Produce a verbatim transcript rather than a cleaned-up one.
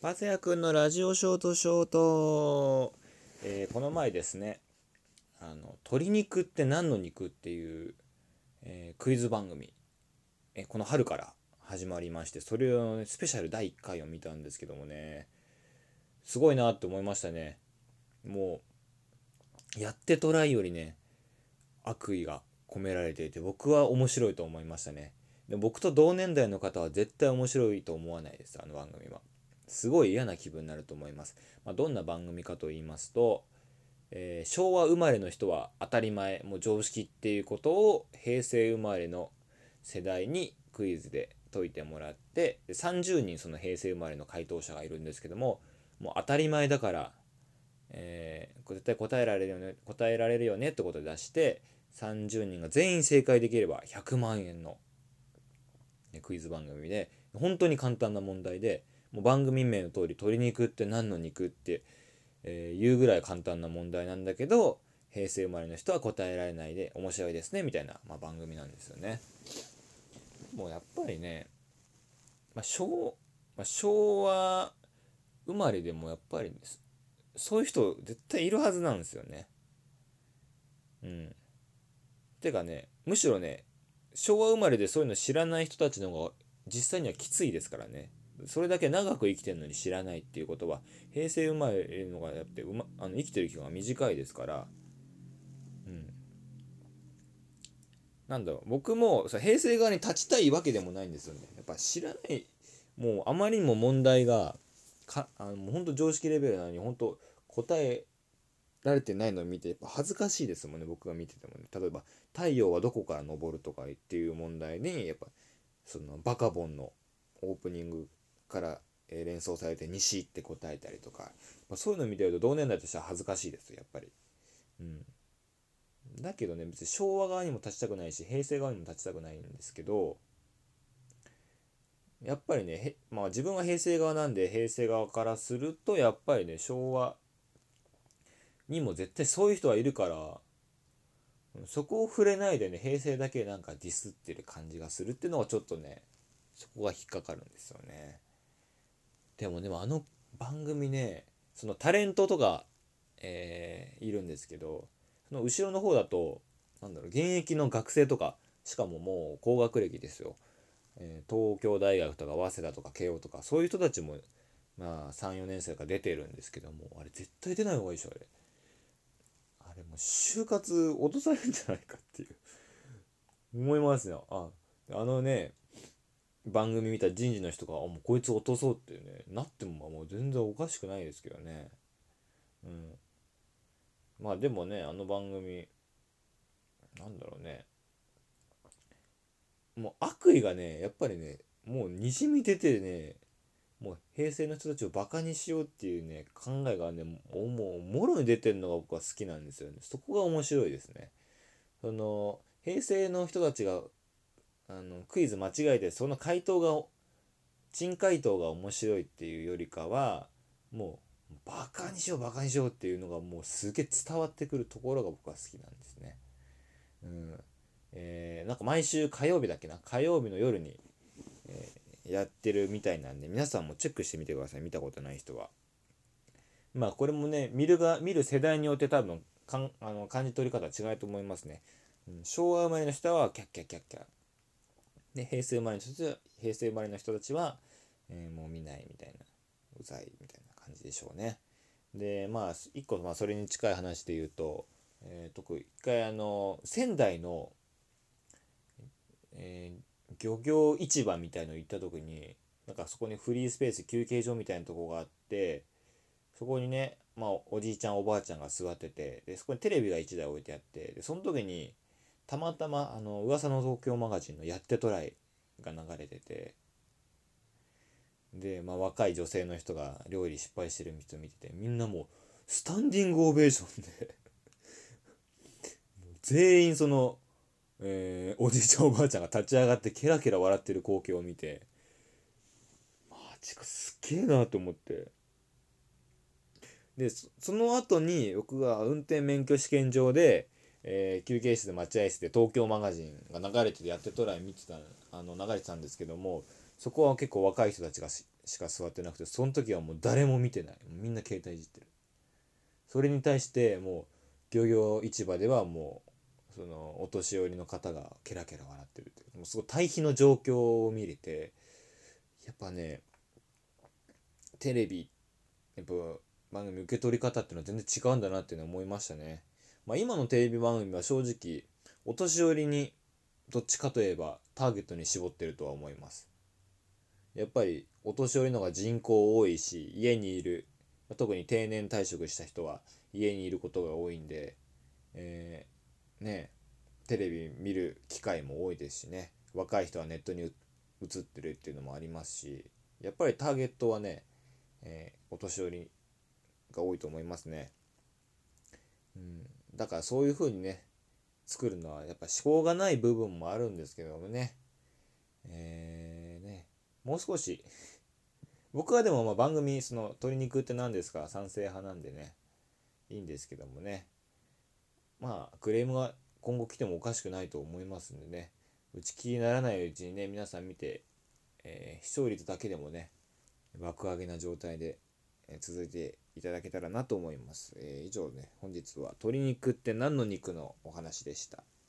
パセヤくんのラジオショートショート、えーこの前ですね、あの鶏肉って何の肉っていう、えークイズ番組、えーこの春から始まりまして、それを、ね、スペシャルだいいっかいを見たんですけどもね、すごいなって思いましたね。もうやってトライよりね、悪意が込められていて、僕は面白いと思いましたね。で僕と同年代の方は絶対面白いと思わないです、あの番組は。すごい嫌な気分になると思います。まあ、どんな番組かと言いますと、えー昭和生まれの人は当たり前、もう常識っていうことを平成生まれの世代にクイズで解いてもらって、さんじゅうにんその平成生まれの回答者がいるんですけども、もう当たり前だから、えー絶対答えられるよね答えられるよねってことで出して、さんじゅうにんが全員正解できればひゃくまんえんのクイズ番組で、本当に簡単な問題で、もう番組名の通り鶏肉って何の肉って、えー言うぐらい簡単な問題なんだけど、平成生まれの人は答えられないで面白いですねみたいな、まあ、番組なんですよね。もうやっぱりね、まあ、昭まあ、昭和生まれでもやっぱりそういう人絶対いるはずなんですよね。うん。てかね、むしろね、昭和生まれでそういうの知らない人たちの方が実際にはきついですからね。それだけ長く生きてるのに知らないっていうことは、平成生まれのがやってう、ま、あの生きてる期間が短いですから、うん、なんだろう、僕もさ平成側に立ちたいわけでもないんですよね。やっぱ知らない、もうあまりにも問題がかあのもう本当常識レベルなのに、本当答えられてないのを見てやっぱ恥ずかしいですもんね、僕が見ててもね。例えば太陽はどこから昇るとかっていう問題にやっぱそのバカボンのオープニングからえ連想されて西って答えたりとか、まあ、そういうのを見てると同年代としては恥ずかしいですよやっぱり。うん、だけどね、別に昭和側にも立ちたくないし平成側にも立ちたくないんですけど、やっぱりね、まあ自分は平成側なんで平成側からするとやっぱりね、昭和にも絶対そういう人はいるから、そこを触れないでね、平成だけなんかディスってる感じがするっていうのはちょっとね、そこが引っかかるんですよね。でもでもあの番組ね、そのタレントとか、えーいるんですけど、その後ろの方だと、なんだろう、現役の学生とか、しかももう高学歴ですよ。えー東京大学とか早稲田とか慶応とか、そういう人たちも、まあさん、よねん生から出てるんですけども、あれ絶対出ない方がいいでしょ、あれ。あれもう就活落とされるんじゃないかっていう思いますよ。あ、あのね、番組見た人事の人が、あ、もうこいつ落とそうっていうね、なってももう全然おかしくないですけどね。うん。まあでもね、あの番組、なんだろうね、もう悪意がね、やっぱりね、もうにじみ出てね、もう平成の人たちをバカにしようっていうね、考えがね、もうもうもろに出てるのが僕は好きなんですよね。そこが面白いですね。その、平成の人たちが、あの、クイズ間違えて、その回答が珍回答が面白いっていうよりかは、もうバカにしようバカにしようっていうのがもうすげえ伝わってくるところが僕は好きなんですね。うん。えー、なんか毎週火曜日だっけな、火曜日の夜に、えーやってるみたいなんで、皆さんもチェックしてみてください、見たことない人は。まあこれもね、見るが見る世代によって多分かんあの感じ取り方は違うと思いますね。うん、昭和生まれの人はキャッキャッキャッキャで、平成生まれの人たちは平成生まれの人たちは、えーもう見ないみたいな、うざいみたいな感じでしょうね。で、まあ一個、まあ、それに近い話で言うと、えー、と一回あの仙台の、えー漁業市場みたいの行った時に、なんかそこにフリースペース休憩所みたいなとこがあって、そこにね、まあ、おじいちゃんおばあちゃんが座ってて、でそこにテレビがいちだい置いてあって、でその時にたまたまあの噂の東京マガジンの「やってトライ」が流れてて、で、まあ、若い女性の人が料理失敗してる人見てて、みんなもうスタンディングオベーションで全員その、えーおじいちゃんおばあちゃんが立ち上がってケラケラ笑ってる光景を見て、マジかすっげえなと思って。でそその後に僕が運転免許試験場で、えー休憩室で待合室で東京マガジンが流れてて、やってトライ見てた、あの流れてたんですけども、そこは結構若い人たちがししか座ってなくて、その時はもう誰も見てない、みんな携帯いじってる。それに対してもう漁業市場ではもうそのお年寄りの方がケラケラ笑ってるっていう、もうすごい対比の状況を見れて、やっぱねテレビやっぱ番組受け取り方っていうのは全然違うんだなっていうのを思いましたね。まあ、今のテレビ番組は正直お年寄りにどっちかといえばターゲットに絞ってるとは思います。やっぱりお年寄りの方が人口多いし、家にいる、特に定年退職した人は家にいることが多いんで、えー、ねテレビ見る機会も多いですしね、若い人はネットに移ってるっていうのもありますし、やっぱりターゲットはね、えーお年寄りが多いと思いますね。うん、だからそういう風にね作るのはやっぱしょうがない部分もあるんですけどもね、えー、ねもう少し、僕はでもまあ番組その鶏肉って何ですか賛成派なんでね、いいんですけどもね、まあクレームが今後来てもおかしくないと思いますんでね、打ち切りにならないうちにね皆さん見て、えー視聴率だけでもね爆上げな状態で続いていただけたらなと思います。えー以上ね、本日は鶏肉って何の肉のお話でした。